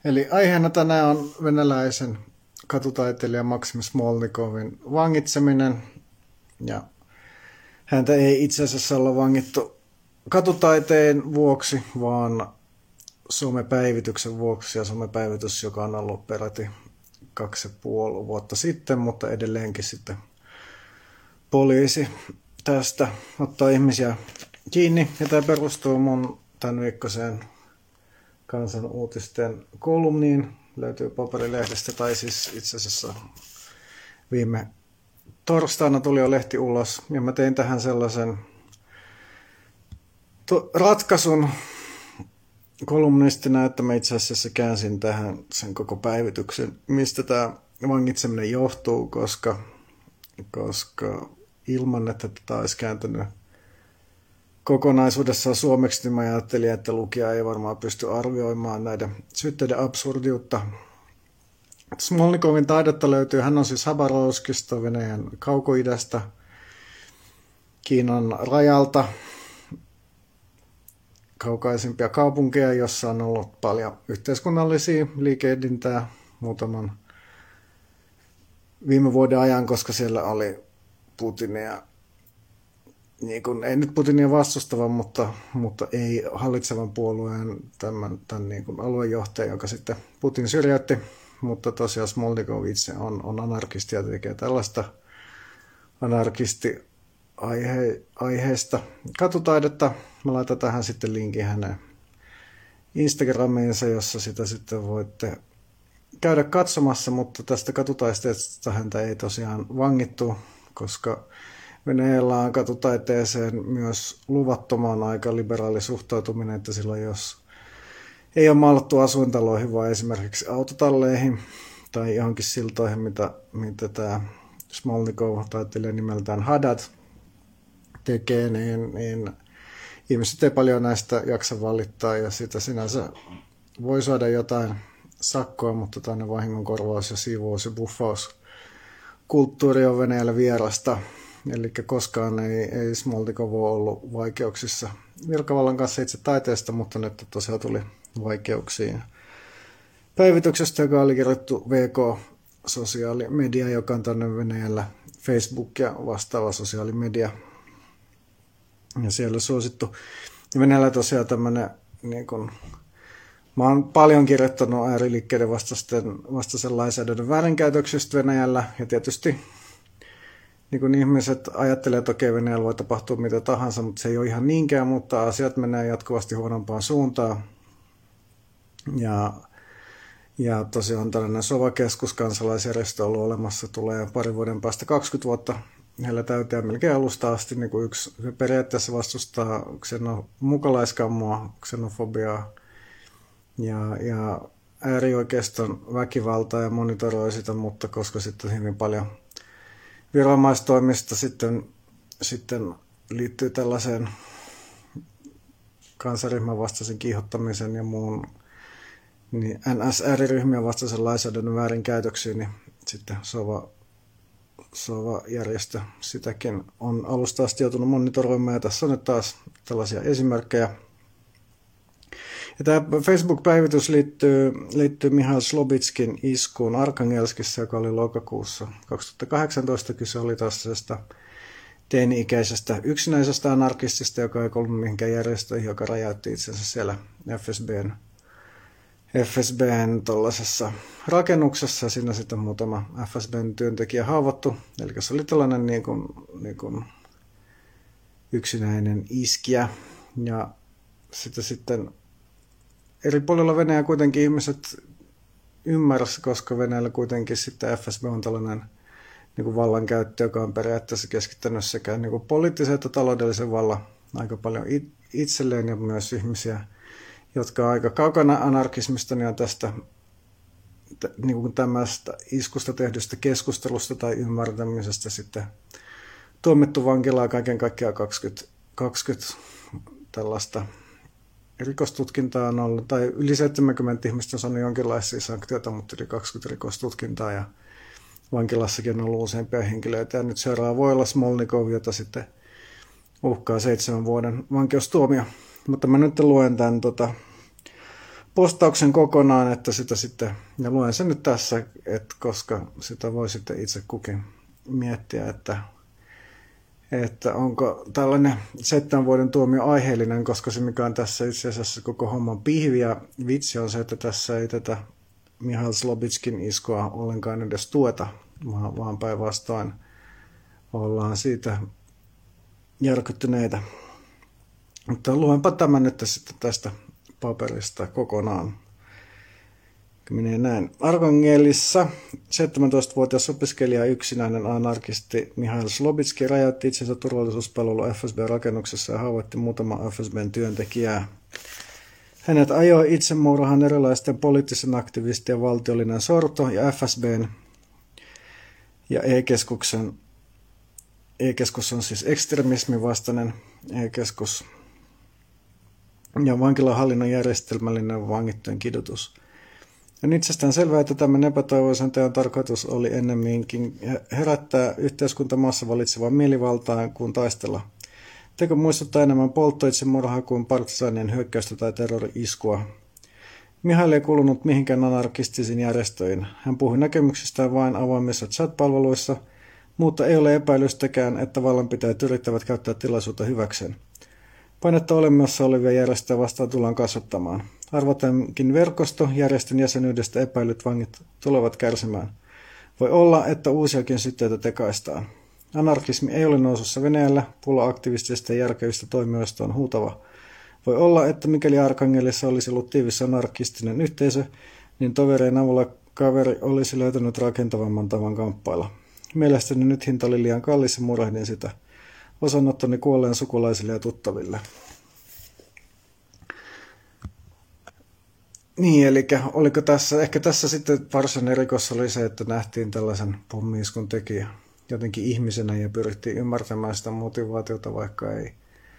Eli aiheena tänään on venäläisen katutaiteilija Maksim Smolnikovin vangitseminen. Ja häntä ei itse asiassa olla vangittu katutaiteen vuoksi, vaan somepäivityksen vuoksi. Ja somepäivitys, joka on ollut peräti 2,5 vuotta sitten, mutta edelleenkin sitten poliisi tästä ottaa ihmisiä kiinni. Ja tämä perustuu mun tämän viikkoiseen Kansan uutisten kolumniin. Löytyy Paperilehdestä, tai siis itse asiassa viime torstaina tuli jo lehti ulos. Ja mä tein tähän sellaisen ratkaisun kolumnistina, että mä itse asiassa käänsin tähän sen koko päivityksen, mistä tämä vangitseminen johtuu, koska ilman, että tätä olisi kääntänyt kokonaisuudessaan suomeksi, niin mä ajattelin, että lukija ei varmaan pysty arvioimaan näiden syytteiden absurdiutta. Smolnikovin taidetta löytyy, hän on siis Habarovskista, Venäjän kaukoidästä, Kiinan rajalta, kaukaisimpia kaupunkeja, jossa on ollut paljon yhteiskunnallisia liikehdintää muutaman viime vuoden ajan, koska siellä oli Putinia, niin kuin, ei nyt Putinia vastustava, mutta ei hallitsevan puolueen tämän niin kuin aluejohtaja, joka sitten Putin syrjäytti. Mutta tosiaan Smolnikov itse on anarkisti ja tekee tällaista anarkisti-aiheista katutaidetta. Mä laitan tähän sitten linkin hänen Instagramiinsa, jossa sitä sitten voitte käydä katsomassa, mutta tästä katutaisteesta häntä ei tosiaan vangittu, koska Venäjällä on katutaiteeseen myös luvattomaan aika liberaali suhtautuminen, että silloin jos ei ole maalattu asuintaloihin, vaan esimerkiksi autotalleihin tai johonkin siltoihin, mitä tämä Smolnikov taiteilija nimeltään Haddad tekee, niin ihmiset ei paljon näistä jaksa valittaa ja sitä sinänsä voi saada jotain sakkoa, mutta tämmöinen vahingonkorvaus ja siivous ja buffauskulttuuri on Venäjällä vierasta. Eli koskaan ei Smolnikov ole ollut vaikeuksissa virkavallan kanssa itse taiteesta, mutta nyt tosiaan tuli vaikeuksiin päivityksestä, joka oli kirjoittu VK-sosiaalimedia, joka on tänne Venäjällä Facebook ja vastaava sosiaalimedia. Ja siellä suosittu. Ja Venäjällä tosiaan tämmöinen, niin kun, mä oon paljon kirjoittanut ääriliikkeiden vastaisen lainsäädännön väärinkäytöksistä Venäjällä, ja tietysti niin kun ihmiset ajattelee, että okei, Venäjällä voi tapahtua mitä tahansa, mutta se ei ole ihan niinkään, mutta asiat menee jatkuvasti huonompaan suuntaan. Ja tosiaan tällainen Sova-keskus, kansalaisjärjestö on ollut olemassa, tulee parin vuoden päästä 20 vuotta. Heillä täytyy melkein alusta asti niin kuin yksi periaatteessa vastustaa mukalaiskammoa, xenofobiaa ja äärioikeiston väkivaltaa ja monitoroi sitä, mutta koska sitten hyvin paljon viranomaistoimista sitten liittyy tällaiseen kansanryhmän vastaisen kiihottamisen ja muun niin NS-ääriryhmien vastaisen lainsäädännön väärinkäytöksiin, niin sitten Sova-järjestö sitäkin on alusta asti joutunut monitoroimaan, ja tässä on nyt taas tällaisia esimerkkejä. Ja tämä Facebook-päivitys liittyy Mihail Slobitskin iskuun Arkangelskissa, joka oli lokakuussa 2018. Kyse oli tällaisesta teini-ikäisestä yksinäisestä anarkistista, joka ei kuulunut mihinkään järjestöihin, joka räjäytti itsensä siellä FSBn tuollaisessa rakennuksessa. Siinä sitten muutama FSBn työntekijä haavoittu. Eli se oli tällainen niin kuin yksinäinen iskijä. Ja sitten eri puolilla Venäjää kuitenkin ihmiset ymmärsivät, koska Venäjällä kuitenkin sitten FSB on tällainen niin kuin vallankäyttö, joka on periaatteessa keskittänyt sekä niin kuin poliittisen että taloudellisen vallan aika paljon itselleen, ja myös ihmisiä, jotka on aika kaukana anarkismista, niin on tästä niin kuin tämmöistä iskusta tehdystä keskustelusta tai ymmärtämisestä sitten tuomittu vankilaa kaiken kaikkiaan 20 tällaista rikostutkintaa on ollut, tai yli 70 ihmistä on saanut jonkinlaisia sanktioita, mutta yli 20 rikostutkintaa, ja vankilassakin on ollut useampia henkilöitä, ja nyt seuraava voi olla Smolnikov, jota sitten uhkaa 7 vuoden vankeustuomio. Mutta mä nyt luen tämän postauksen kokonaan, että sitä sitten, ja luen sen nyt tässä, että koska sitä voi sitten itse kukin miettiä, että onko tällainen 7 vuoden tuomio aiheellinen, koska se mikä on tässä itse asiassa koko homman pihvi ja vitsi on se, että tässä ei tätä Mihail Slobitskin iskua ollenkaan edes tueta, vaan päinvastoin ollaan siitä järkyttyneitä. Mutta luenpa tämän nyt sitten tästä paperista kokonaan. Menee näin. Arkangelissa 17-vuotias opiskelija yksinäinen anarkisti Mihail Slobitski räjäytti itsensä turvallisuuspalvelu FSB-rakennuksessa ja haavoitti muutama FSBn työntekijää. Hänet ajoi itsemurhaan erilaisten poliittisen aktivistien valtiollinen sorto ja FSBn ja E-keskus on siis ekstremismin vastainen E-keskus ja vankilahallinnon järjestelmällinen vangittujen kidutus. On itsestään selvää, että tämän epätoivoisen teon tarkoitus oli ennemminkin herättää yhteiskuntamassa valitsevaa mielivaltaa kuin taistella. Teko muistuttaa enemmän polttoitsemurhaa kuin partisaanien hyökkäystä tai terrori-iskua. Mihail ei kuulunut mihinkään anarkistisiin järjestöihin. Hän puhui näkemyksistään vain avoimissa chat-palveluissa, mutta ei ole epäilystäkään, että vallanpitäjät yrittävät käyttää tilaisuutta hyväkseen. Painetta olemassa olevia järjestöjä vastaan tullaan kasvattamaan. Arvatenkin verkosto järjestön jäsenyydestä epäilyt vangit tulevat kärsimään. Voi olla, että uusiakin syytteitä tekaistaan. Anarkismi ei ole nousussa Venäjällä, pula aktivistisista ja järkevistä toimijoista on huutava. Voi olla, että mikäli Arkangelissa olisi ollut tiivis anarkistinen yhteisö, niin tovereen avulla kaveri olisi löytänyt rakentavamman tavan kamppailla. Mielestäni nyt hinta oli liian kallis ja murehdin sitä. Osanottoni kuolleen sukulaisille ja tuttaville. Niin, eli oliko tässä, ehkä tässä sitten varsinainen rikos oli se, että nähtiin tällaisen pommi-iskun tekijä jotenkin ihmisenä ja pyrittiin ymmärtämään sitä motivaatiota, vaikka ei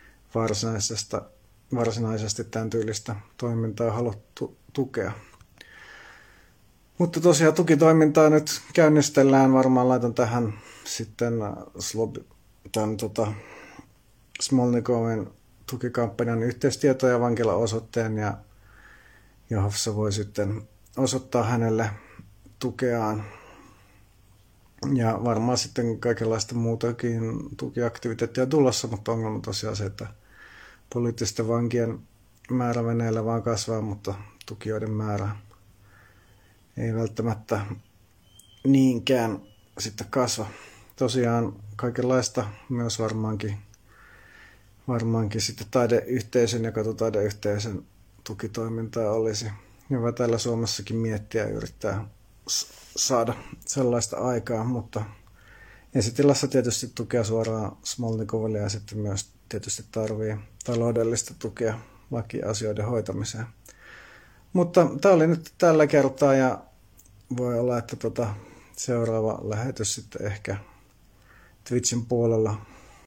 varsinaisesti tämän tyylistä toimintaa haluttu tukea. Mutta tosiaan tukitoimintaa nyt käynnistellään, varmaan laitan tähän sitten tämän Smolnikovin tukikampanjan yhteistietoja vankilaosoitteen ja Johossa voi sitten osoittaa hänelle tukeaan. Ja varmaan sitten kaikenlaista muutakin tukiaktiviteettia tulossa, mutta ongelma tosiaan se, että poliittisten vankien määrä Venäjällä vaan kasvaa, mutta tukijoiden määrä ei välttämättä niinkään sitten kasva. Tosiaan kaikenlaista myös varmaankin sitten taideyhteisön ja katutaideyhteisön tukitoimintaa olisi hyvä täällä Suomessakin miettiä ja yrittää saada sellaista aikaa, mutta esitilassa tietysti tukea suoraan Smolnikoville ja sitten myös tietysti tarvii taloudellista tukea lakiasioiden hoitamiseen. Mutta tämä oli nyt tällä kertaa ja voi olla, että seuraava lähetys sitten ehkä Twitchin puolella